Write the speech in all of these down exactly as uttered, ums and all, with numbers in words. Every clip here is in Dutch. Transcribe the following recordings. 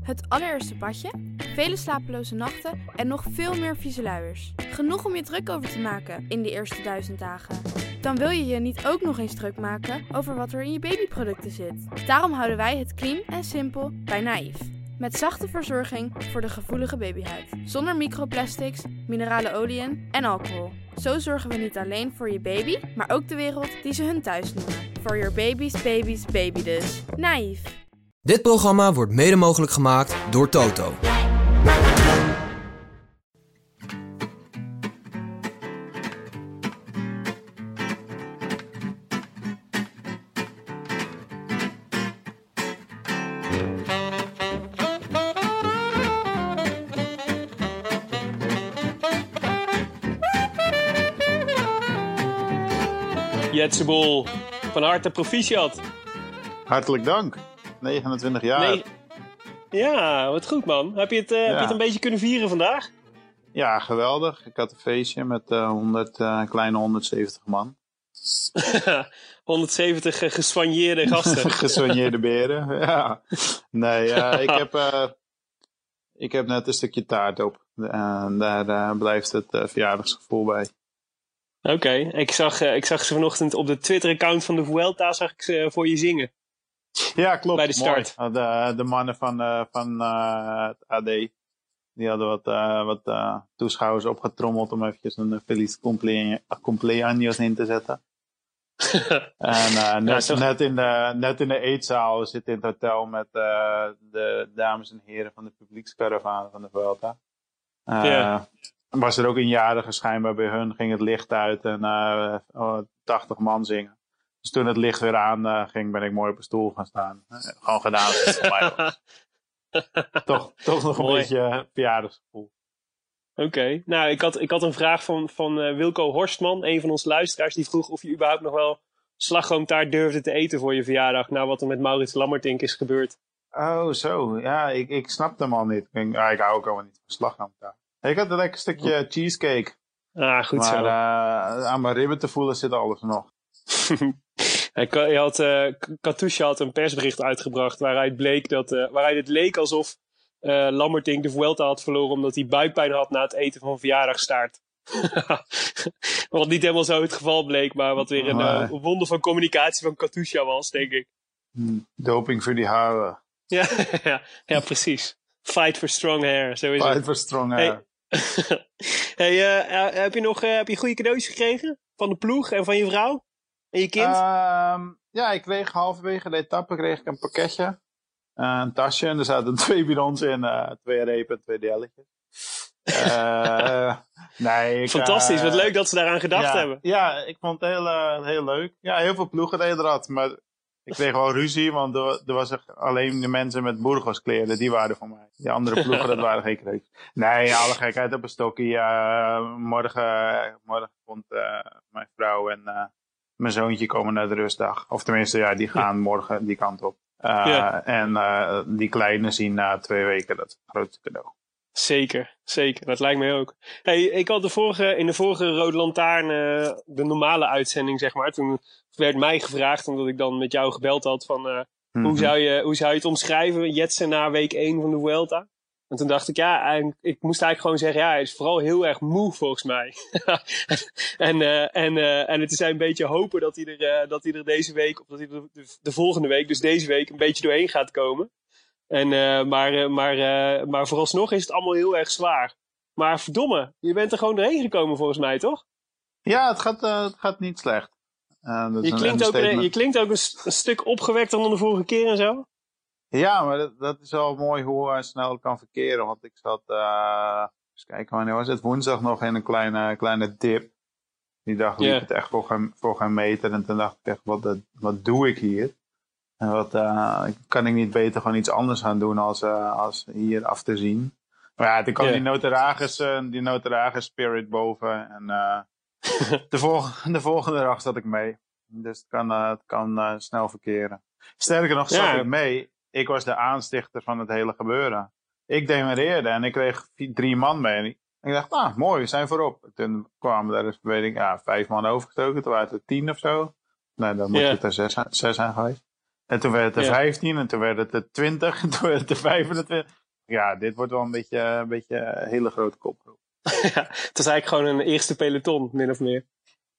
Het allereerste badje, vele slapeloze nachten en nog veel meer vieze luiers. Genoeg om je druk over te maken in die eerste duizend dagen. Dan wil je je niet ook nog eens druk maken over wat er in je babyproducten zit. Daarom houden wij het clean en simpel bij Naïef. Met zachte verzorging voor de gevoelige babyhuid. Zonder microplastics, minerale oliën en alcohol. Zo zorgen we niet alleen voor je baby, maar ook de wereld die ze hun thuis noemen. For your baby's baby's baby dus. Naïef. Dit programma wordt mede mogelijk gemaakt door Toto. Jetsebol, van harte proficiat. Hartelijk dank. negenentwintig jaar. Nee. Ja, wat goed man. Heb je, het, uh, ja. heb je het een beetje kunnen vieren vandaag? Ja, geweldig. Ik had een feestje met uh, honderd, uh, kleine honderdzeventig man. honderdzeventig uh, geswanjeerde gasten. Geswanjeerde beren, ja. Nee, uh, ik, heb, uh, ik heb net een stukje taart op. En daar uh, blijft het uh, verjaardagsgevoel bij. Oké, okay. ik, zag, uh, ik zag ze vanochtend op de Twitter-account van de Vuelta zag ik ze uh, voor je zingen. Ja, klopt. Bij de start. De, de mannen van, uh, van uh, het A D, die hadden wat, uh, wat uh, toeschouwers opgetrommeld om eventjes een Feliz cumpleaños in te zetten. en uh, net, ja, net, in de, net in de eetzaal zit in het hotel met uh, de dames en heren van de publiekskaravaan van de Vuelta. Uh, ja. Was er ook een jarige schijnbaar bij hun, ging het licht uit en uh, oh, tachtig man zingen. Dus toen het licht weer aan uh, ging, ben ik mooi op een stoel gaan staan. Uh, gewoon gedaan. Voor mij was. toch, toch nog een mooi. beetje uh, verjaardagsgevoel. Oké, okay. nou ik had, ik had een vraag van, van uh, Wilco Horstman, een van onze luisteraars. Die vroeg of je überhaupt nog wel slagroomtaart durfde te eten voor je verjaardag. Na wat er met Maurits Lammertink is gebeurd. Oh zo, ja, ik, ik snapte hem al niet. Ik, denk, ah, ik hou ook allemaal niet van slagroomtaart. Ik had een lekker stukje cheesecake. Ah, goed maar, zo. Maar uh, aan mijn ribben te voelen zit alles nog. Je had, uh, Katusha had een persbericht uitgebracht waaruit, bleek dat, uh, waaruit het leek alsof uh, Lammertink de Vuelta had verloren omdat hij buikpijn had na het eten van verjaardagstaart. Wat niet helemaal zo het geval bleek, maar wat weer een uh, wonder van communicatie van Katusha was, denk ik. Doping voor die haren. ja, ja, ja, precies. Fight for strong hair, zo is Fight het. for strong hair. Hey, hey uh, uh, heb je nog uh, heb je goede cadeautjes gekregen? Van de ploeg en van je vrouw? En je kind? Uh, ja, ik kreeg halverwege de etappe kreeg ik een pakketje. Uh, een tasje en er zaten twee bidons in. Uh, twee repen en twee delletjes. Uh, nee, ik, Fantastisch, uh, wat leuk dat ze daaraan gedacht ja, hebben. Ja, ik vond het heel, uh, heel leuk. Ja, heel veel ploegen deden dat. Maar ik kreeg wel ruzie, want er, er was alleen de mensen met Burgos kleren, die waren voor mij. Die andere ploegen, dat waren geen kreeg. Nee, alle gekheid op een stokkie. Uh, morgen, morgen komt uh, mijn vrouw en uh, mijn zoontje komen naar de rustdag. Of tenminste, ja, die gaan ja. morgen die kant op. Uh, ja. En uh, die kleine zien na twee weken, dat is het grootste cadeau. Zeker, zeker. Dat lijkt mij ook. Hey, ik had de vorige, in de vorige Rode Lantaarn, uh, de normale uitzending, zeg maar. Toen werd mij gevraagd, omdat ik dan met jou gebeld had, van uh, mm-hmm. hoe, zou je, hoe zou je het omschrijven, Jetsen na week één van de Vuelta? En toen dacht ik, ja, ik moest eigenlijk gewoon zeggen, ja, hij is vooral heel erg moe volgens mij. en, uh, en, uh, en het is een beetje hopen dat hij er, uh, dat hij er deze week, of dat hij er de, de volgende week, dus deze week, een beetje doorheen gaat komen. En, uh, maar, uh, maar, uh, maar vooralsnog is het allemaal heel erg zwaar. Maar verdomme, je bent er gewoon doorheen gekomen volgens mij, toch? Ja, het gaat, uh, het gaat niet slecht. Uh, dat je, klinkt ook, een, je klinkt ook een, st- een stuk opgewekter dan de vorige keer en zo. Ja, maar dat, dat is wel mooi hoe hij snel kan verkeren. Want ik zat, uh, eens kijken, wanneer was het? Woensdag nog in een kleine, kleine dip. Die dag liep yeah. het echt voor geen, voor geen meter. En toen dacht ik echt, wat, wat doe ik hier? En wat, uh, kan ik niet beter gewoon iets anders gaan doen als, uh, als hier af te zien? Maar ja, toen kwam yeah. die Notaragus, uh, die Notaragus spirit boven. En uh, de, volg- de volgende dag zat ik mee. Dus het kan, uh, het kan uh, snel verkeren. Sterker nog, zat yeah. ik mee. Ik was de aanstichter van het hele gebeuren. Ik demereerde en ik kreeg vier, drie man mee. En ik dacht, ah, mooi, we zijn voorop. Toen kwamen er, dus, weet ik, ja, vijf man overgestoken. Toen waren het er tien of zo. Nee, dan moet yeah. het er zes, zes zijn geweest. En toen werd het er Ja. vijftien en toen werd het er twintig en toen werd het er vijfentwintig. Ja, dit wordt wel een beetje een beetje een hele grote kopgroep. Ja, het was eigenlijk gewoon een eerste peloton, min of meer.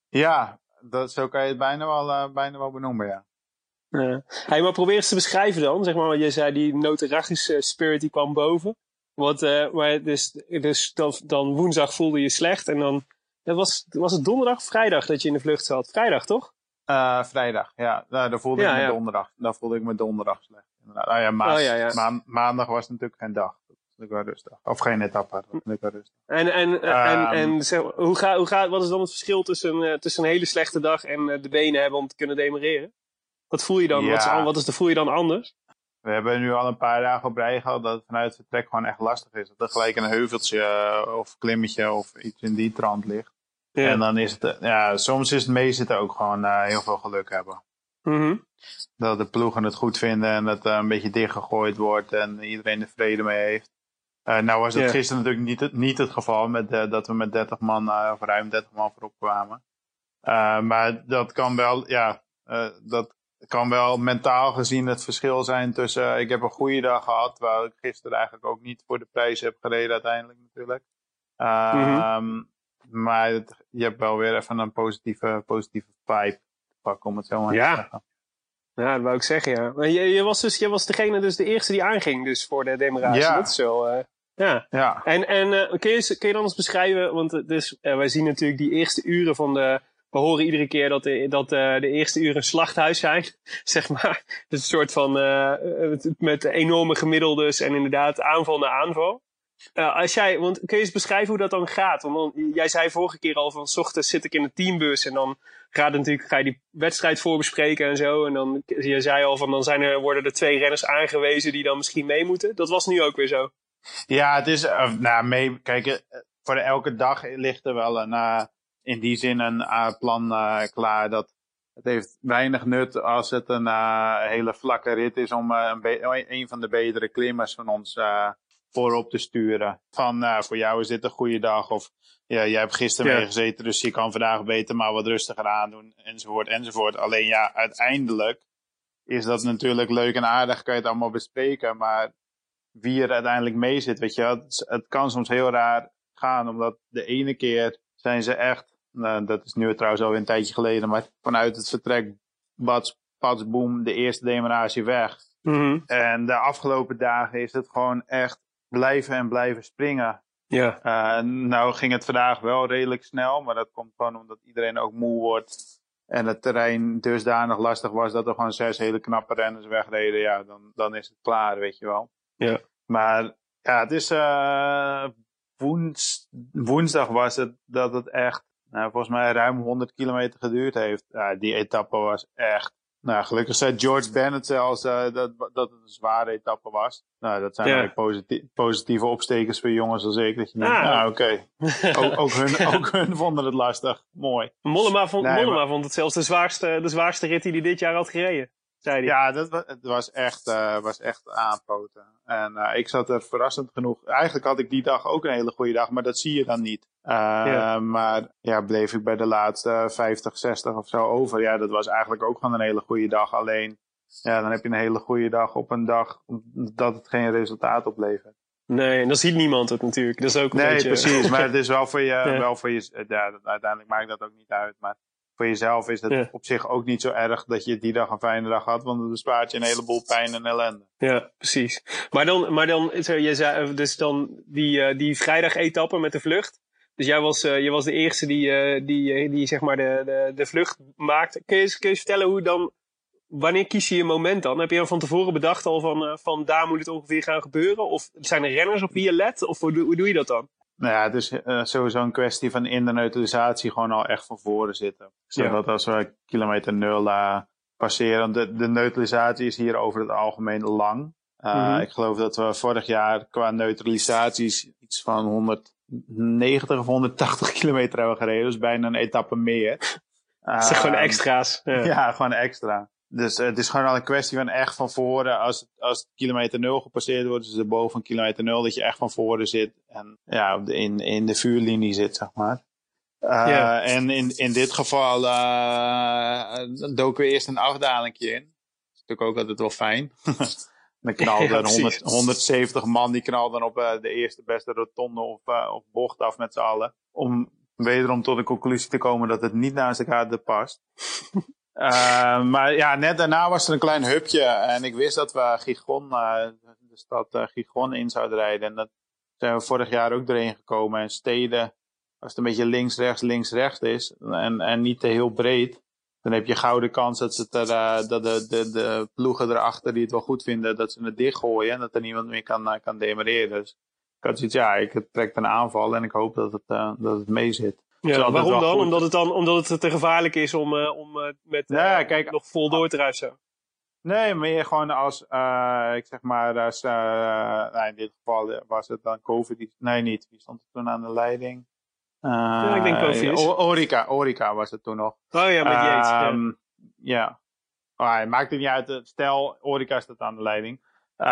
Ja, dat, zo kan je het bijna wel, uh, bijna wel benoemen, ja. Ja. Hey, maar probeer eens te beschrijven dan. Zeg maar, wat je zei, die notarachische spirit die kwam boven. Wat, uh, maar dus, dus dan, dan woensdag voelde je slecht. En dan dat was, was het donderdag of vrijdag dat je in de vlucht zat? Vrijdag, toch? Uh, vrijdag, ja. Nou, daar voelde Ja, ik me ja. donderdag. Daar voelde ik me donderdag slecht. Nou ja, ma- Oh, ja, ja. Ma- maandag was natuurlijk geen dag. Dat was natuurlijk wel rustig. Of geen etappe, dat was natuurlijk wel rustig. En, en, en, en zeg, hoe ga, hoe ga, wat is dan het verschil tussen, uh, tussen een hele slechte dag en uh, de benen hebben om te kunnen demereren? Wat voel je dan? Ja. Wat, is, an- wat is de, voel je dan anders? We hebben nu al een paar dagen op rij gehad dat het vanuit het vertrek gewoon echt lastig is. Dat er gelijk een heuveltje uh, of klimmetje of iets in die trant ligt. Ja. En dan is het, uh, ja, soms is het meezitten ook gewoon uh, heel veel geluk hebben. Mm-hmm. Dat de ploegen het goed vinden en dat er uh, een beetje dichtgegooid wordt en iedereen er vrede mee heeft. Uh, nou was het Ja. gisteren natuurlijk niet het, niet het geval met, uh, dat we met dertig man, uh, of ruim dertig man voorop kwamen. Uh, maar dat kan wel, ja, uh, dat kan wel mentaal gezien het verschil zijn tussen, uh, ik heb een goede dag gehad, waar ik gisteren eigenlijk ook niet voor de prijs heb gereden uiteindelijk natuurlijk. Uh, Mm-hmm. Maar het, je hebt wel weer even een positieve, positieve vibe te pakken, om het zo maar Ja. te zeggen. Ja, dat wou ik zeggen, ja. Maar je, je, was dus, je was degene, dus de eerste die aanging dus voor de demarage. Ja. Dat is wel, uh, ja. Ja. En, en uh, kun, je, kun je dan eens beschrijven, want het is, uh, wij zien natuurlijk die eerste uren van de, we horen iedere keer dat de, dat, uh, de eerste uren een slachthuis zijn, zeg maar. Het is een soort van, uh, met, met enorme gemiddeldes en inderdaad aanval na aanval. Uh, als jij, want kun je eens beschrijven hoe dat dan gaat? Want dan, jij zei vorige keer al van 's ochtends zit ik in de teambus en dan gaat natuurlijk, ga je die wedstrijd voorbespreken en zo. En dan, je zei al van dan zijn er, worden er twee renners aangewezen die dan misschien mee moeten. Dat was nu ook weer zo. Ja, het is, uh, nou, mee, kijk, uh, voor elke dag ligt er wel een, uh, in die zin een uh, plan uh, klaar. Dat het heeft weinig nut als het een uh, hele vlakke rit is om uh, een, be- een van de betere klimmers van ons uh, voorop te sturen. Van, uh, voor jou is dit een goede dag. Of, ja, jij hebt gisteren Ja. meegezeten, dus je kan vandaag beter maar wat rustiger aandoen. Enzovoort, enzovoort. Alleen ja, uiteindelijk is dat natuurlijk leuk en aardig, kan je het allemaal bespreken. Maar wie er uiteindelijk mee zit, weet je, het, het kan soms heel raar gaan. Omdat de ene keer zijn ze echt, nou, dat is nu trouwens alweer een tijdje geleden, maar vanuit het vertrek, bats, pats, boem, de eerste demarage weg. Mm-hmm. En de afgelopen dagen is het gewoon echt blijven en blijven springen. Ja. Uh, nou ging het vandaag wel redelijk snel, maar dat komt gewoon omdat iedereen ook moe wordt. En het terrein dusdanig lastig was dat er gewoon zes hele knappe renners wegreden. Ja, dan, dan is het klaar, weet je wel. Ja. Maar ja, het is uh, woens, woensdag was het dat het echt, nou, volgens mij ruim honderd kilometer geduurd heeft. Ja, die etappe was echt, nou gelukkig zei George Bennett zelfs uh, dat, dat het een zware etappe was. Nou, dat zijn Ja. eigenlijk positief, positieve opstekers voor jongens als ik. Dat je denkt, Ah. nou oké, okay. ook, ook, hun, ook hun vonden het lastig. Mooi. Mollema vond, Nee, Mollema maar- vond het zelfs de zwaarste, de zwaarste rit die hij dit jaar had gereden. Zei hij. Ja, dat was, het was echt, uh, was echt aanpoten. En uh, ik zat er verrassend genoeg. Eigenlijk had ik die dag ook een hele goede dag, maar dat zie je dan niet. Uh, Ja. Maar ja, bleef ik bij de laatste vijftig, zestig of zo over. Ja, dat was eigenlijk ook gewoon een hele goede dag. Alleen, ja, dan heb je een hele goede dag op een dag dat het geen resultaat oplevert. Nee, en dan ziet niemand het natuurlijk. Dat is ook een Nee, beetje... precies. Maar het is wel voor je, Ja. wel voor je, ja, dat- uiteindelijk maakt dat ook niet uit. Maar voor jezelf is het Ja. op zich ook niet zo erg dat je die dag een fijne dag had. Want het bespaart je een heleboel pijn en ellende. Ja, precies. Maar dan, maar dan is er, je zei, dus dan die, uh, die vrijdag-etappe met de vlucht. Dus jij was, uh, je was de eerste die, uh, die, uh, die zeg maar de, de, de vlucht maakte. Kun je, kun je vertellen hoe dan, wanneer kies je je moment dan? Heb je dan van tevoren bedacht al van, uh, van daar moet het ongeveer gaan gebeuren? Of zijn er renners op wie je let? Of hoe, doe- hoe doe je dat dan? Nou ja, het is uh, sowieso een kwestie van in de neutralisatie gewoon al echt van voren zitten. Zodat als we kilometer nul uh, passeren, de, de neutralisatie is hier over het algemeen lang. Uh, Mhm. Ik geloof dat we vorig jaar qua neutralisaties iets van honderdnegentig of honderdtachtig kilometer hebben gereden. Dus bijna een etappe meer. Dat zijn gewoon Ehm, extra's. Ja. Ja, gewoon extra. Dus uh, het is gewoon al een kwestie van echt van voren, als, als kilometer nul gepasseerd wordt, dus boven van kilometer nul, dat je echt van voren zit en ja, op de, in, in de vuurlinie zit, zeg maar. Uh, Ja. En in, in dit geval uh, doken we eerst een afdalingje in. natuurlijk ook altijd wel fijn. Dan knalde ja, honderd, honderdzeventig man, die knalden op uh, de eerste beste rotonde of, uh, of bocht af met z'n allen. Om wederom tot de conclusie te komen dat het niet naast elkaar past. uh, maar ja, net daarna was er een klein hupje. En ik wist dat we Gijon, uh, de stad uh, Gijon in zouden rijden. En dat zijn we vorig jaar ook doorheen gekomen. En steden, als het een beetje links-rechts, links-rechts is. En, en niet te heel breed. Dan heb je gouden kans dat, ze het er, uh, dat de, de, de ploegen erachter die het wel goed vinden, dat ze het dichtgooien. En dat er niemand meer kan, uh, kan demereren. Dus ik had zoiets, ja, ik trek een aanval en ik hoop dat het, uh, dat het mee zit. Ja, waarom dan? Omdat het dan? Omdat het te gevaarlijk is om, uh, om uh, met uh, nee, kijk, nog vol door te rijden. Nee, meer gewoon als, uh, ik zeg maar, als, uh, nou in dit geval was het dan COVID. Nee, niet. Wie stond er toen aan de leiding? Uh, ja, ik denk COVID. O- Orica, Orica was het toen nog. Oh ja, met Yates. Um, ja. ja. Oh, het maakt het niet uit. Stel, Orica staat aan de leiding.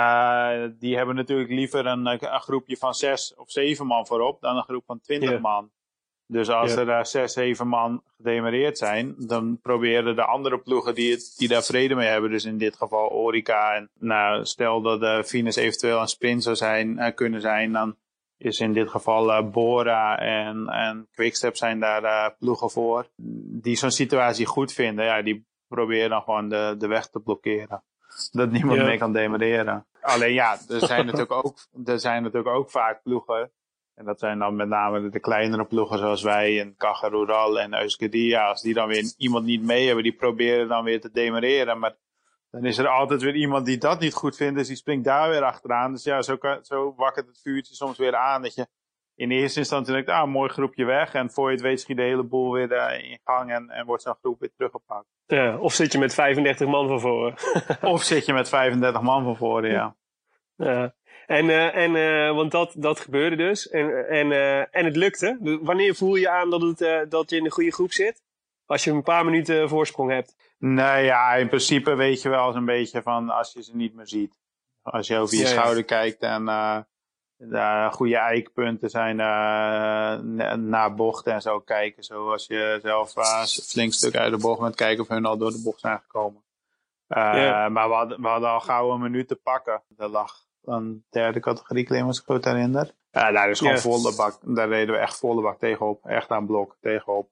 Uh, die hebben natuurlijk liever een, een groepje van zes of zeven man voorop dan een groep van twintig yeah. man. Dus als yeah. er uh, zes, zeven man gedemereerd zijn, dan proberen de andere ploegen die, het, die daar vrede mee hebben, dus in dit geval Orica. En nou, stel dat de Venus eventueel een sprint zou zijn, uh, kunnen zijn, dan is in dit geval uh, Bora en, en Quickstep zijn daar uh, ploegen voor. Die zo'n situatie goed vinden, ja, die proberen dan gewoon de, de weg te blokkeren. Dat niemand yeah. mee kan demereren. Alleen ja, er zijn, natuurlijk ook, er zijn natuurlijk ook vaak ploegen. En dat zijn dan met name de, de kleinere ploegen zoals wij en Caja Rural en Euskadi. Als die dan weer iemand niet mee hebben, die proberen dan weer te demereren. Maar dan is er altijd weer iemand die dat niet goed vindt, dus die springt daar weer achteraan. Dus ja, zo, kan, zo wakkert het vuurtje soms weer aan. Dat je in eerste instantie denkt, ah, een mooi groepje weg. En voor je het weet schiet de hele boel weer uh, in gang en, en wordt zo'n groep weer teruggepakt. Ja, of zit je met vijfendertig man van voren. Of zit je met vijfendertig man van voren, ja. Ja. En, uh, en uh, want dat, dat gebeurde dus. En, en, uh, en het lukte. Wanneer voel je aan dat, het, uh, dat je in de goede groep zit? Als je een paar minuten voorsprong hebt. Nee, ja, in principe weet je wel eens een beetje van als je ze niet meer ziet. Als je over je ja, schouder ja. kijkt en uh, de goede eikpunten zijn uh, naar bochten en zo kijken. Zoals je zelf uh, een flink stuk uit de bocht bent kijken of hun al door de bocht zijn gekomen. Uh, ja. Maar we hadden, we hadden al gauw een minuut te pakken. Er lag een derde categorie klim, als ik goed herinner. Ja, daar is gewoon yeah. volle bak. Daar reden we echt volle bak tegenop. Echt aan blok tegenop.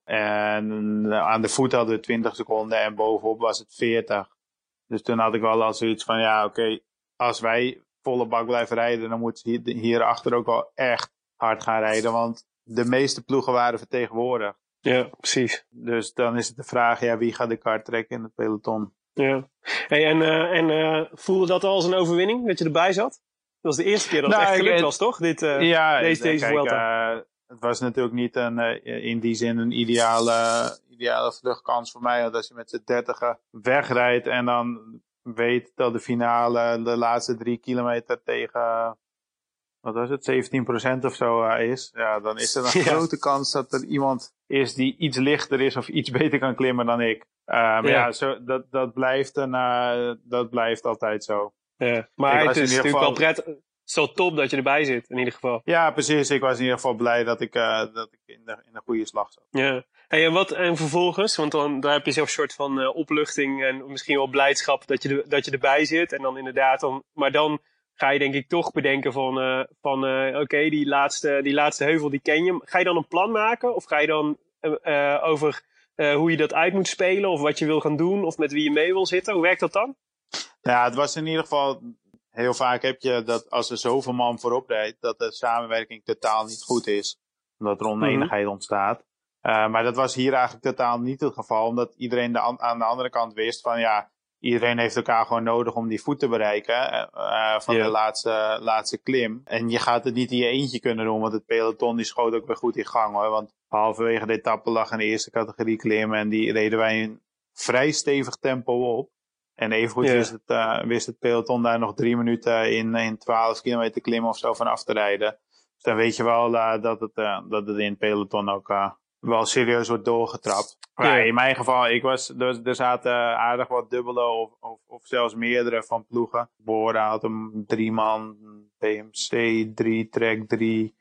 En aan de voet hadden we twintig seconden en bovenop was het veertig. Dus toen had ik wel al zoiets van, ja, oké, okay, als wij volle bak blijven rijden, dan moeten ze hier, hierachter ook wel echt hard gaan rijden. Want de meeste ploegen waren vertegenwoordigd. Ja, precies. Dus dan is het de vraag, ja, wie gaat de kar trekken in het peloton? Ja. Hey, en uh, en uh, voelde dat al als een overwinning, dat je erbij zat? Dat was de eerste keer dat nou, het echt gelukt was, toch? Dit, uh, ja, deze deze kijk, Vuelta. Uh, het was natuurlijk niet een, uh, in die zin een ideale, ideale vluchtkans voor mij. Want als je met z'n dertigen wegrijdt en dan weet dat de finale de laatste drie kilometer tegen, wat was het, zeventien procent of zo uh, is. Ja, dan is er een ja. grote kans dat er iemand is die iets lichter is of iets beter kan klimmen dan ik. Uh, maar ja, ja zo, dat, dat, blijft een, uh, dat blijft altijd zo. Ja, maar het is natuurlijk geval... wel prettig. Het is wel top dat je erbij zit, in ieder geval. Ja, precies. Ik was in ieder geval blij dat ik, uh, dat ik in, de, in de goede slag zat. Ja. Hey, en wat en vervolgens? Want dan daar heb je zo'n soort van uh, opluchting en misschien wel blijdschap dat je, de, dat je erbij zit. En dan inderdaad, dan, maar dan ga je denk ik toch bedenken van, uh, van uh, oké, okay, die, laatste, die laatste heuvel die ken je. Ga je dan een plan maken? Of ga je dan uh, uh, over uh, hoe je dat uit moet spelen? Of wat je wil gaan doen? Of met wie je mee wil zitten? Hoe werkt dat dan? Ja, het was in ieder geval... Heel vaak heb je dat als er zoveel man voorop rijdt, dat de samenwerking totaal niet goed is. Omdat er oneenigheid mm-hmm. ontstaat. Uh, maar dat was hier eigenlijk totaal niet het geval. Omdat iedereen de an- aan de andere kant wist van ja, iedereen heeft elkaar gewoon nodig om die voet te bereiken. Uh, van yeah. de laatste, laatste klim. En je gaat het niet in je eentje kunnen doen, want het peloton die schoot ook weer goed in gang hoor. Want halverwege de etappe lag een eerste categorie klim en die reden wij in vrij stevig tempo op. En evengoed yeah. wist, het, uh, wist het peloton daar nog drie minuten in, in twaalf kilometer klimmen of zo van af te rijden. Dus dan weet je wel uh, dat, het, uh, dat het in het peloton ook uh, wel serieus wordt doorgetrapt. Yeah. Maar in mijn geval, ik was, er, er zaten aardig wat dubbele of, of, of zelfs meerdere van ploegen. Bora had hem drie man, P M C drie, Trek drie,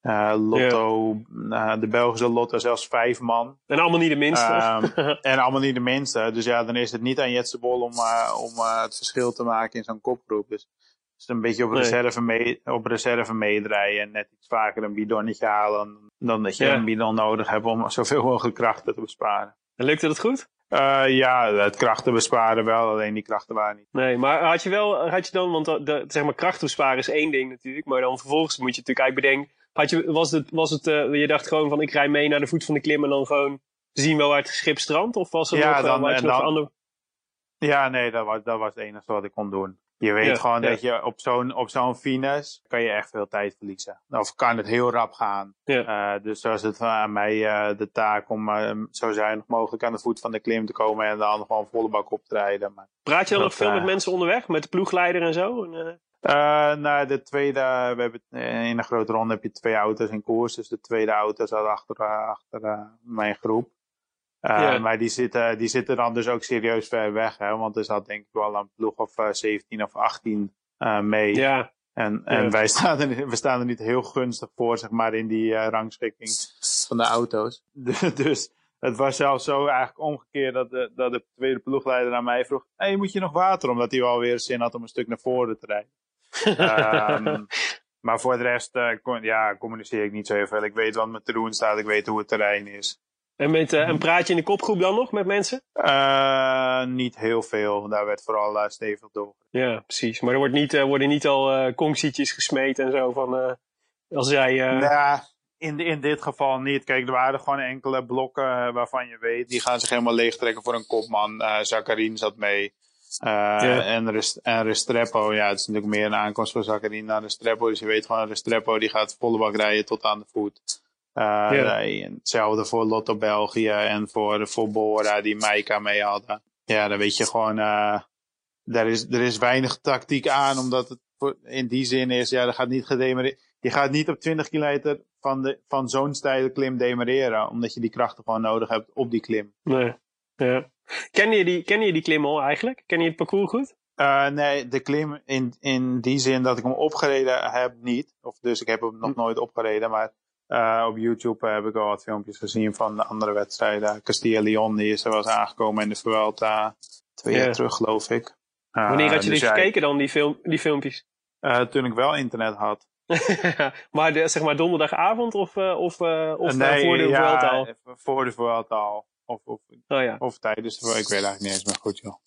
Uh, lotto, ja. uh, de Belgische lotto zelfs vijf man. En allemaal niet de minste. Uh, en allemaal niet de minste. Dus ja, dan is het niet aan Jetse Bol om, uh, om uh, het verschil te maken in zo'n kopgroep. Dus het is een beetje op, nee. reserve, mee, op reserve meedraaien en net iets vaker een bidonnetje halen dan dat je ja. een bidon nodig hebt om zoveel mogelijk krachten te besparen. En lukte dat goed? Uh, ja, het krachten besparen wel, alleen die krachten waren niet. Nee, maar had je wel, had je dan, want de, zeg maar krachten besparen is één ding natuurlijk, maar dan vervolgens moet je natuurlijk eigenlijk bedenken, had je, was het, was het uh, je dacht gewoon van ik rij mee naar de voet van de klim en dan gewoon zien wel waar het schip strandt? Of was er ja, nog, dan, uh, en nog dan, andere... Ja, nee, dat was, dat was het enige wat ik kon doen. Je weet ja, gewoon ja. dat je op zo'n, op zo'n fines kan je echt veel tijd verliezen. Of kan het heel rap gaan. Ja. Uh, dus was het aan mij uh, de taak om uh, zo zuinig mogelijk aan de voet van de klim te komen en dan gewoon volle bak op te rijden. Maar praat je dan dat, nog veel uh, met mensen onderweg? Met de ploegleider en zo? En, uh... Uh, nou, de tweede, we hebben, in een grote ronde heb je twee auto's in koers. Dus de tweede auto zat achter, uh, achter uh, mijn groep. Uh, ja. Maar die zitten, die zitten dan dus ook serieus ver weg. Hè? Want er zat denk ik wel een ploeg of uh, zeventien of achttien uh, mee. Ja. En, en ja. wij staan er, we staan er niet heel gunstig voor, zeg maar, in die uh, rangschikking van de auto's. Dus het was zelfs zo eigenlijk omgekeerd dat de, dat de tweede ploegleider aan mij vroeg: hey, moet je nog water? Omdat hij wel weer zin had om een stuk naar voren te rijden. um, maar voor de rest uh, kon, ja, communiceer ik niet zo heel veel. Ik weet wat me te doen staat, ik weet hoe het terrein is. En, met, uh, en praat je in de kopgroep dan nog met mensen? Uh, niet heel veel. Daar werd vooral uh, stevig door. Ja, precies. Maar er wordt niet, uh, worden niet al uh, kongschietjes gesmeed en zo van... Uh, als jij... Uh... Nou, in, in dit geval niet. Kijk, er waren gewoon enkele blokken uh, waarvan je weet... die gaan zich helemaal leegtrekken voor een kopman. Uh, Zakharine zat mee. Uh, ja. En, Rest, en Restrepo, ja, het is natuurlijk meer een aankomst van Zakharine naar Restrepo. Dus je weet gewoon, Restrepo die gaat volle bak rijden tot aan de voet. Uh, ja. Hetzelfde voor Lotto België en voor, voor Bora die Maika mee hadden. Ja, dan weet je gewoon, uh, er, is, er is weinig tactiek aan, omdat het voor, in die zin is, ja, er gaat niet gedemareren. Je gaat niet op twintig kilometer van, de, van zo'n steile klim demareren, omdat je die krachten gewoon nodig hebt op die klim. Nee, ja. Ken je die, ken je die klim al eigenlijk? Ken je het parcours goed? Uh, nee, de klim in, in die zin dat ik hem opgereden heb niet. Of dus ik heb hem nog nooit opgereden, maar uh, op YouTube heb ik al wat filmpjes gezien van de andere wedstrijden. Castilla-Leon, die is er wel eens aangekomen in de Vuelta twee jaar yeah. terug, geloof ik. Uh, Wanneer had je dus dit ja, gekeken dan, die, film, die filmpjes? Uh, toen ik wel internet had. Maar de, zeg maar donderdagavond of, uh, of, uh, of nee, uh, voor de ja, Vuelta al? voor de Vuelta al. Of, of, oh, ja. of tijdens de, ik weet eigenlijk niet eens meer goed, joh.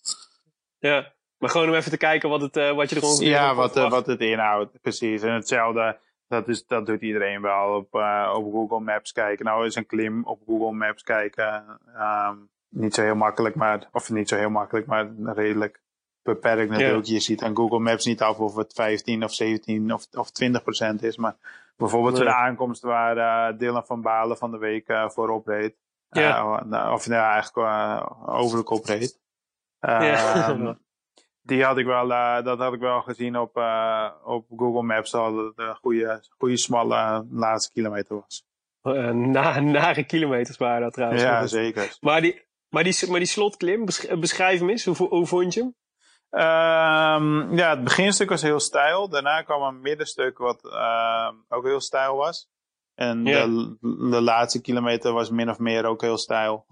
Ja, maar gewoon om even te kijken wat, het, uh, wat je er ongeveer Ja, wat, uh, wat het inhoudt, precies. En hetzelfde, dat, is, dat doet iedereen wel op, uh, op Google Maps kijken. Nou is een klim op Google Maps kijken um, niet zo heel makkelijk, maar, of niet zo heel makkelijk, maar redelijk beperkt natuurlijk. Ja. Je ziet aan Google Maps niet af of het vijftien of zeventien of, of twintig procent is. Maar bijvoorbeeld nee. voor de aankomst waar uh, Dylan van Baarle van de week uh, voorop reed. Ja. Uh, of nou, eigenlijk uh, over de kop reed. Uh, ja. Die had ik wel, uh, dat had ik wel gezien op, uh, op Google Maps, dat het een goede, goede smalle laatste kilometer was. Uh, na, nare kilometers waren dat trouwens. Ja, zeker. Maar die, maar die, maar die slotklim, beschrijf hem eens, hoe, hoe vond je hem? Um, ja, het beginstuk was heel steil. Daarna kwam een middenstuk wat uh, ook heel steil was. En ja. de, de laatste kilometer was min of meer ook heel steil.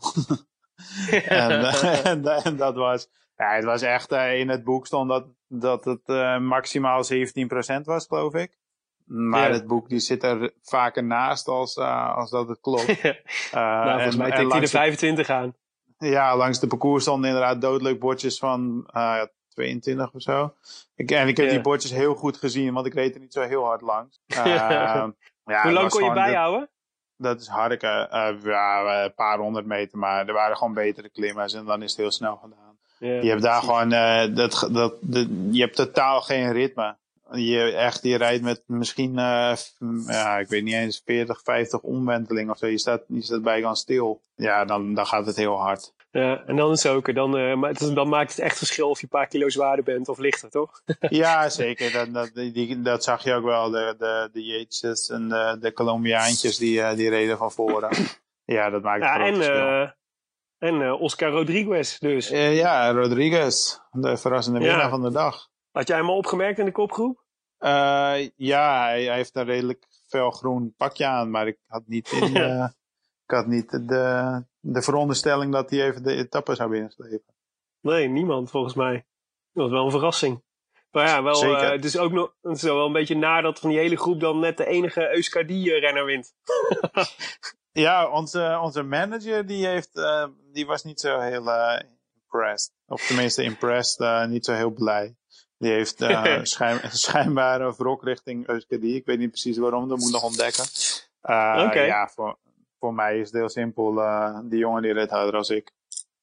en, en, en dat was... Ja, het was echt, uh, in het boek stond dat, dat het uh, maximaal zeventien procent was, geloof ik. Maar ja. het boek die zit er vaker naast als, uh, als dat het klopt. uh, nou, volgens mij tikt hij er vijfentwintig aan. Ja, langs de parcours stonden inderdaad doodleuk bordjes van uh, tweeëntwintig of zo. Ik, en ik heb ja. die bordjes heel goed gezien, want ik reed er niet zo heel hard langs. Uh, ja, Hoe lang kon je bijhouden? Dat, dat is harken. Uh, ja, een paar honderd meter, maar er waren gewoon betere klimmers en dan is het heel snel gedaan. Ja, je hebt daar precies. gewoon, uh, dat, dat, de, je hebt totaal geen ritme. Je, echt, je rijdt met misschien, uh, ja, ik weet niet eens, veertig, vijftig omwentelingen of zo. Je staat, je staat bijkans stil. Ja, dan, dan gaat het heel hard. Ja, en dan is het ook, dan, uh, dan maakt het echt verschil of je een paar kilo zwaarder bent of lichter, toch? Ja, zeker. Dat, dat, die, dat zag je ook wel. De, de, de Yates's en de, de Colombiaantjes die, uh, die reden van voren. Ja, dat maakt het ja, groot en, verschil. Uh, En uh, Oscar Rodriguez dus. Uh, ja, Rodriguez. De verrassende winnaar ja. van de dag. Had jij hem al opgemerkt in de kopgroep? Uh, ja, hij, hij heeft een redelijk felgroen pakje aan, maar ik had niet, in, uh, ik had niet de, de veronderstelling dat hij even de etappe zou binnenslepen. Nee, niemand volgens mij. Dat was wel een verrassing. Maar ja, wel, uh, het is ook nog het is wel een beetje naar dat van die hele groep dan net de enige Euskadi-renner wint. Ja, onze, onze manager die, heeft, uh, die was niet zo heel uh, impressed. Of tenminste impressed, uh, niet zo heel blij. Die heeft uh, schijn, schijnbaar een wrok richting Euskadi. Ik weet niet precies waarom, dat moet ik nog ontdekken. Uh, okay. Ja, voor, voor mij is het heel simpel. Uh, die jongen die redt harder als ik.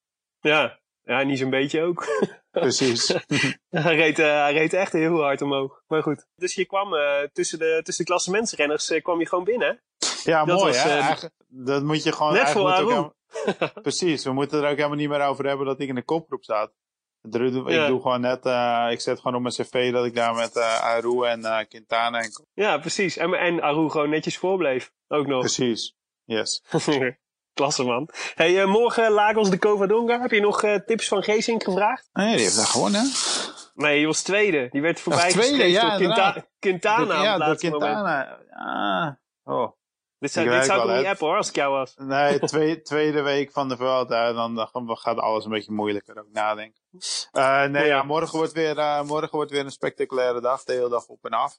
Ja, ja, niet zo'n beetje ook. Precies. hij, reed, uh, hij reed echt heel hard omhoog. Maar goed. Dus je kwam uh, tussen de, tussen de klassementsrenners uh, kwam je gewoon binnen, hè? Ja, dat mooi was, hè. Uh, dat moet je gewoon... Net voor Aru. Precies, we moeten er ook helemaal niet meer over hebben dat ik in de kopgroep sta. Ik ja. doe gewoon net, uh, ik zet gewoon op mijn cv dat ik daar met uh, Aru en uh, Quintana en... Ja, precies. En, en Aru gewoon netjes voorbleef. Ook nog. Precies, yes. Klasse, man. Hey, uh, morgen Lagos de Covadonga. Heb je nog uh, tips van Geesink gevraagd? Nee, die heeft daar gewonnen. Nee, die was tweede. Die werd voorbij tweede, ja, door Quinta Quintana. De, ja, door Quintana. Ah, oh. Dit zou, dit zou ik niet appen hoor, als ik jou was. Nee, twee, tweede week van de Vuelta, dan, dan gaat alles een beetje moeilijker ook nadenken. Uh, nee, ja, morgen wordt, weer, uh, morgen wordt weer een spectaculaire dag, de hele dag op en af.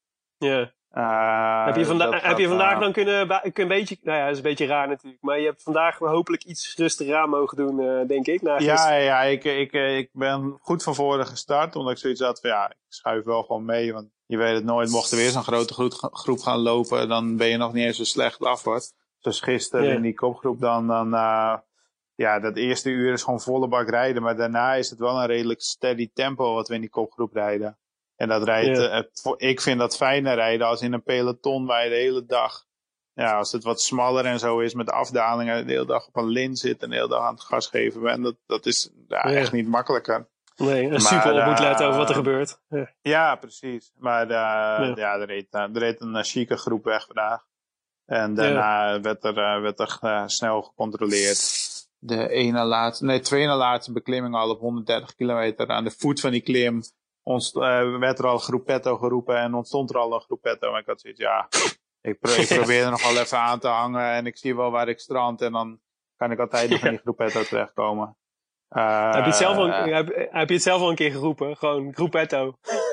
Ja. Uh, heb je, vanda gaat, heb je vandaag uh, dan kunnen, een beetje, nou ja, dat is een beetje raar natuurlijk, maar je hebt vandaag hopelijk iets rustiger aan mogen doen, uh, denk ik. Na ja, ja ik, ik, ik ben goed van voren gestart, omdat ik zoiets had van ja, ik schuif wel gewoon mee, want je weet het nooit, mocht er weer zo'n grote groep, groep gaan lopen, dan ben je nog niet eens zo slecht af, hoor. Zoals gisteren yeah. in die kopgroep dan, dan uh, ja, dat eerste uur is gewoon volle bak rijden, maar daarna is het wel een redelijk steady tempo wat we in die kopgroep rijden. En dat rijdt, yeah. uh, ik vind dat fijner rijden als in een peloton waar je de hele dag, ja, als het wat smaller en zo is met de afdalingen, de hele dag op een lint zit en de hele dag aan het gas geven bent, dat, dat is ja, yeah. echt niet makkelijker. Nee, en super op moet letten over wat er gebeurt. Ja, ja precies. Maar uh, ja. ja, er, reed, uh, er reed een uh, chique groep weg vandaag. En daarna ja. werd er, uh, werd er uh, snel gecontroleerd. De ene laatste, nee, tweede laatste beklimming al op honderddertig kilometer. Aan de voet van die klim ontst, uh, werd er al een groepetto geroepen en ontstond er al een groepetto. Maar ik had zoiets, ja, ik, pro ik probeerde nog wel even aan te hangen en ik zie wel waar ik strand. En dan kan ik altijd nog in die groepetto terechtkomen. Uh, heb, je het zelf al, uh, heb, heb je het zelf al een keer geroepen? Gewoon groepetto.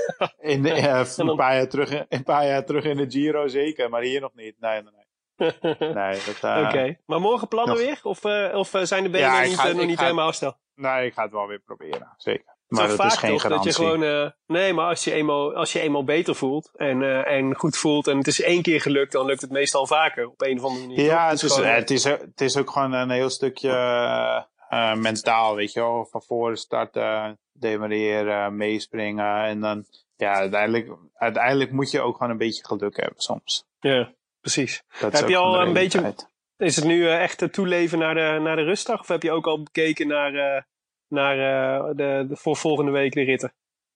in de, uh, dan... een, paar jaar terug, een paar jaar terug in de Giro zeker, maar hier nog niet. Nee, nee, nee. nee uh, Oké, okay. Maar morgen plannen nog... weer? Of, uh, of zijn de benen ja, niet, ga, uh, nog niet ga... helemaal stel? Nee, ik ga het wel weer proberen, zeker. Maar dat vaak is geen toch, garantie. Dat je gewoon, uh, nee, maar als je, eenmaal, als je eenmaal beter voelt en, uh, en goed voelt en het is één keer gelukt, dan lukt het meestal vaker op een of andere manier. Ja, het is, gewoon, het, is, het is ook gewoon een heel stukje... Uh, Uh, mentaal, weet je wel, van voren starten, demareren, meespringen en dan, ja, uiteindelijk, uiteindelijk moet je ook gewoon een beetje geluk hebben soms. Ja, precies. Heb je al een beetje, is het nu uh, echt het toeleven naar de, naar de rustdag of heb je ook al bekeken naar, uh, naar uh, de, de voor volgende week de ritten?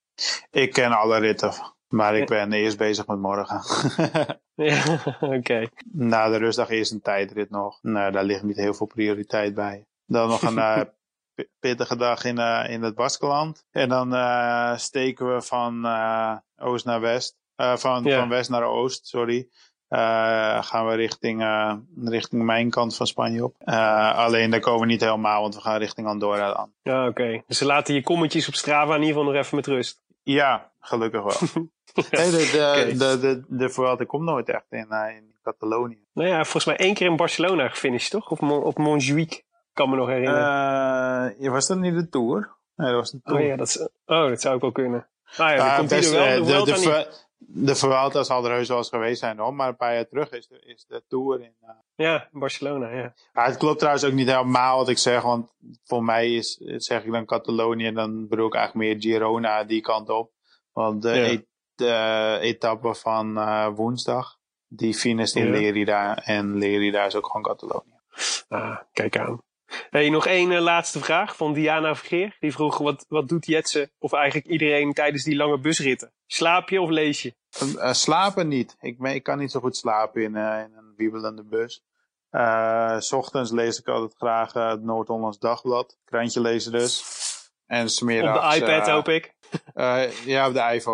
Ik ken alle ritten, maar ik ben eerst bezig met morgen. Ja, oké. Okay. Na de rustdag eerst een tijdrit nog, nou, daar ligt niet heel veel prioriteit bij. Dan nog een uh, pittige dag in, uh, in het Baskeland. En dan uh, steken we van uh, oost naar west. Uh, van, yeah. van west naar oost, sorry. Uh, gaan we richting, uh, richting mijn kant van Spanje op. Uh, alleen daar komen we niet helemaal, want we gaan richting Andorra aan. Ja, oké. Okay. Dus ze laten je kommetjes op Strava in ieder geval nog even met rust. Ja, gelukkig wel. ja. Nee, de, de, okay. de, de, de Vuelta komt nooit echt in, uh, in Catalonië. Nou ja, volgens mij één keer in Barcelona gefinished, toch? Op, op Montjuïc. Kan me nog herinneren. Uh, was dat niet de Tour? Nee, dat was de Tour. Oh ja, dat, is, oh, dat zou ook wel kunnen. Ah ja, dan uh, komt best, hij er wel. De, de, de, de Vuelta zal er heus wel eens geweest zijn, hoor. Maar een paar jaar terug is de, is de Tour in... Uh... Ja, Barcelona, ja. ja. Het klopt trouwens ook niet helemaal wat ik zeg, want voor mij is, zeg ik dan Catalonië en dan bedoel ik eigenlijk meer Girona die kant op. Want de, ja. et, de etappe van uh, woensdag, die finisht in ja. Lerida en Lerida is ook gewoon Catalonië. Ah, kijk aan. Hey, nog één uh, laatste vraag van Diana Vergeer. Die vroeg, wat, wat doet Jetsen of eigenlijk iedereen tijdens die lange busritten? Slaap je of lees je? Uh, slapen niet. Ik, ik kan niet zo goed slapen in, uh, in een wiebelende bus. Uh, 's ochtends lees ik altijd graag uh, het Noord-Hollands Dagblad. Krantje lezen dus. En 's middags... Op de iPad uh, hoop ik. uh, ja, op de iPhone.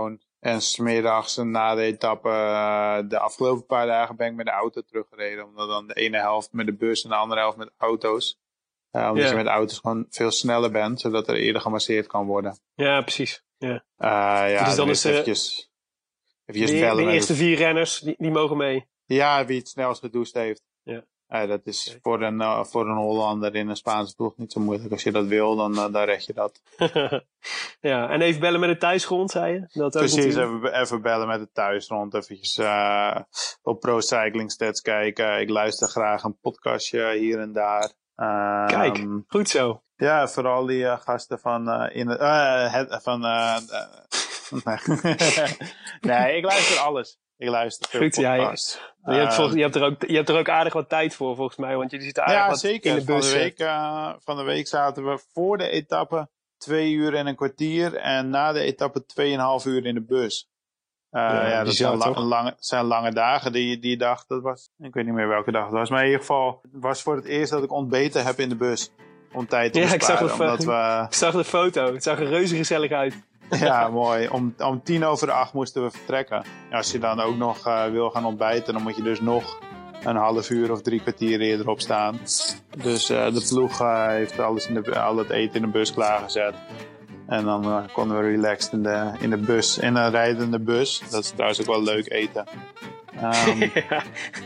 En 's middags na de etappe, uh, de afgelopen paar dagen ben ik met de auto teruggereden. Omdat dan de ene helft met de bus en de andere helft met auto's. Uh, omdat yeah. je met auto's gewoon veel sneller bent, zodat er eerder gemasseerd kan worden. Ja, precies. Yeah. Uh, ja, dus dan is eventjes, eventjes de, bellen de met eerste het... vier renners, die, die mogen mee. Ja, wie het snelst gedoucht heeft. Yeah. Uh, dat is okay. voor, een, uh, voor een Hollander in een Spaanse ploeg niet zo moeilijk. Als je dat wil, dan, uh, dan red je dat. Ja, en even bellen met de thuisgrond, zei je? Dat ook Precies, even, even bellen met de thuisgrond. Eventjes uh, op Pro Cycling Stats kijken. Ik luister graag een podcastje hier en daar. Uh, Kijk, goed zo. Ja, vooral die uh, gasten van... Uh, in de, uh, het, van uh, uh, nee, ik luister alles. Ik luister veel goed, podcasts. Ja, je, je, hebt volgens, je, hebt er ook, je hebt er ook aardig wat tijd voor, volgens mij. Want je zit aardig ja, wat zeker. in de bus. Van de, week, uh, van de week zaten we voor de etappe twee uur en een kwartier. En na de etappe tweeënhalf uur in de bus. Uh, ja, ja, dat zijn, la- lange, zijn lange dagen. Die, die dag, dat was... Ik weet niet meer welke dag het was. Maar in ieder geval, het was voor het eerst dat ik ontbeten heb in de bus. Om tijd te ja, besparen. Ik zag, omdat de, we... ik zag de foto. Het zag er reuze gezellig uit. Ja, mooi. Om, om tien over acht moesten we vertrekken. Als je dan ook nog uh, wil gaan ontbijten, dan moet je dus nog een half uur of drie kwartier eerder opstaan. Dus uh, de ploeg uh, heeft alles in de, al het eten in de bus klaargezet. En dan uh, konden we relaxed in de, in de bus, in een rijdende bus. Dat is trouwens ook wel leuk eten. Um, ja.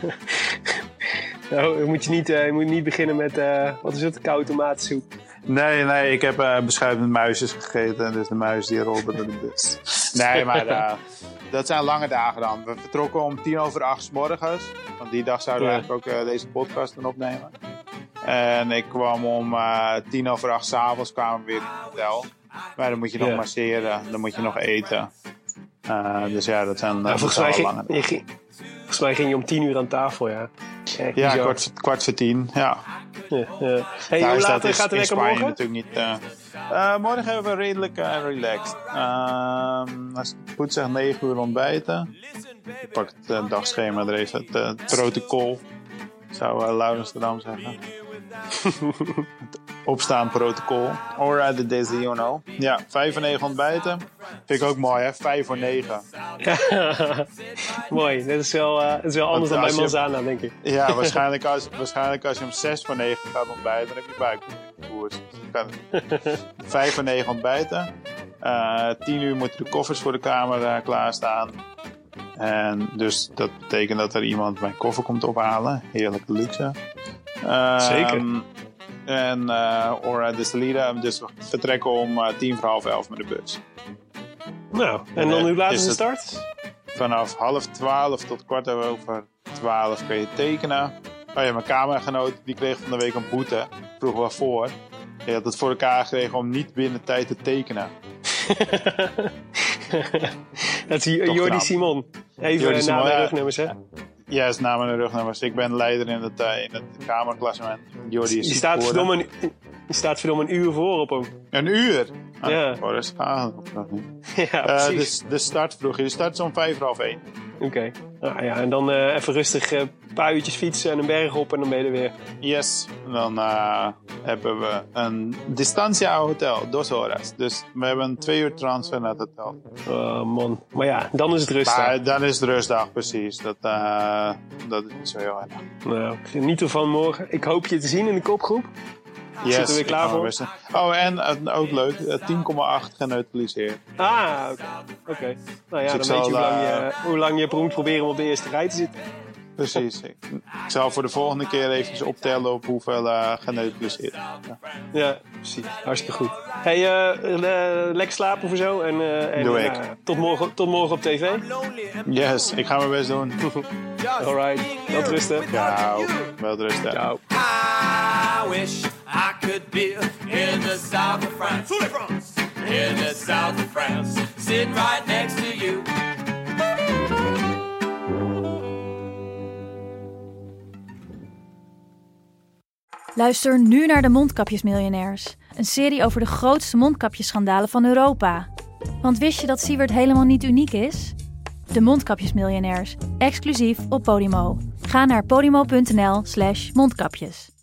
Nou, moet je, niet, uh, je moet niet beginnen met, uh, wat is het, koude tomatensoep. Nee, nee, ik heb uh, beschuit met muisjes gegeten. Dus de muis die rolde door de bus. Nee, maar uh, dat zijn lange dagen dan. We vertrokken om tien over acht 's morgens. Want die dag zouden we ja. eigenlijk ook uh, deze podcast dan opnemen. En ik kwam om uh, tien over acht 's avonds kwamen we weer in het hotel. Maar dan moet je nog ja. masseren, dan moet je nog eten. Uh, dus ja, dat zijn, uh, ja, volgens, dat mij zijn ging, lange dagen. ging, volgens mij ging je om tien uur aan tafel, ja. Echt ja, kwart, kwart voor tien, ja. ja, ja. Hey, hoe laat gaat de wekker morgen? Natuurlijk niet, uh, uh, morgen hebben we redelijk uh, relaxed. Uh, als ik goed zeg, negen uur ontbijten. Ik pak het uh, dagschema er even, het, uh, het protocol, zou uh, Laurens de Dam zeggen. Opstaan protocol. Alright, the Dizzy, you know. Ja, vijf voor negen ontbijten. Vind ik ook mooi, hè? Vijf voor negen. Mooi, dat is wel, uh, dat is wel anders dan bij Manzana, denk ik. Ja, waarschijnlijk als, waarschijnlijk als je om zes voor negen gaat ontbijten, dan heb je buikkoers. Vijf voor negen ontbijten. Uh, tien uur moeten de koffers voor de kamer uh, klaarstaan. En dus dat betekent dat er iemand mijn koffer komt ophalen. Heerlijke luxe. Uh, Zeker. En uh, Ora de Salida, dus we vertrekken om uh, tien voor half elf met de bus. Nou, en dan hoe laat is de start? Vanaf half twaalf tot kwart over twaalf kun je tekenen. Oh ja, mijn kamergenoot die kreeg van de week een boete. Vroeg waarvoor. Je had het voor elkaar gekregen om niet binnen tijd te tekenen. Dat is Jordi Simon. Even Jordi Simon, na de rugnummers, hè? Ja, is namen en rugnummers. Ik ben leider in het, uh, in het kamerklassement. Jordi is je, staat verdomme een, je staat verdomme een uur voor op hem. Een uur? Ah, ja. Oh, dat gaat nog niet. Ja, uh, de, de start vroeg je. De start is om vijf voor half één. Oké. Okay. Nou ja, en dan uh, even rustig een uh, paar uurtjes fietsen en een berg op en dan ben je er weer. Yes. En dan uh, hebben we een Distancia Hotel, dos horas. Dus we hebben een twee uur transfer naar het hotel. Oh man. Maar ja, dan is het rustdag. Maar dan is het rustdag, precies. Dat, uh, dat is niet zo heel erg. Nou, geniet ervan morgen. Ik hoop je te zien in de kopgroep. Yes, zitten we weer klaar voor? Oh, en uh, ook leuk, uh, tien komma acht geneutraliseerd. Ah, oké. Okay. Okay. Nou ja, dus dan weet je hoe lang, je hoe lang je moet proberen om op de eerste rij te zitten. Precies. Ik, ik zal voor de volgende keer even optellen op hoeveel uh, geneutraliseerd. Ja. ja, precies. Hartstikke goed. Hey, uh, uh, lekker slapen voor zo. En, uh, en, Doe ik. Uh, tot, morgen, tot morgen op tv. Yes, ik ga mijn best doen. Alright, wel rusten. Ciao, wel rusten. Ciao. I wish I could be in the south of France. In the south of France. Sitting right next to you. Luister nu naar de Mondkapjesmiljonairs. Een serie over de grootste mondkapjesschandalen van Europa. Want wist je dat Siewert helemaal niet uniek is? De Mondkapjesmiljonairs, exclusief op Podimo. Ga naar podimo punt n l slash mondkapjes.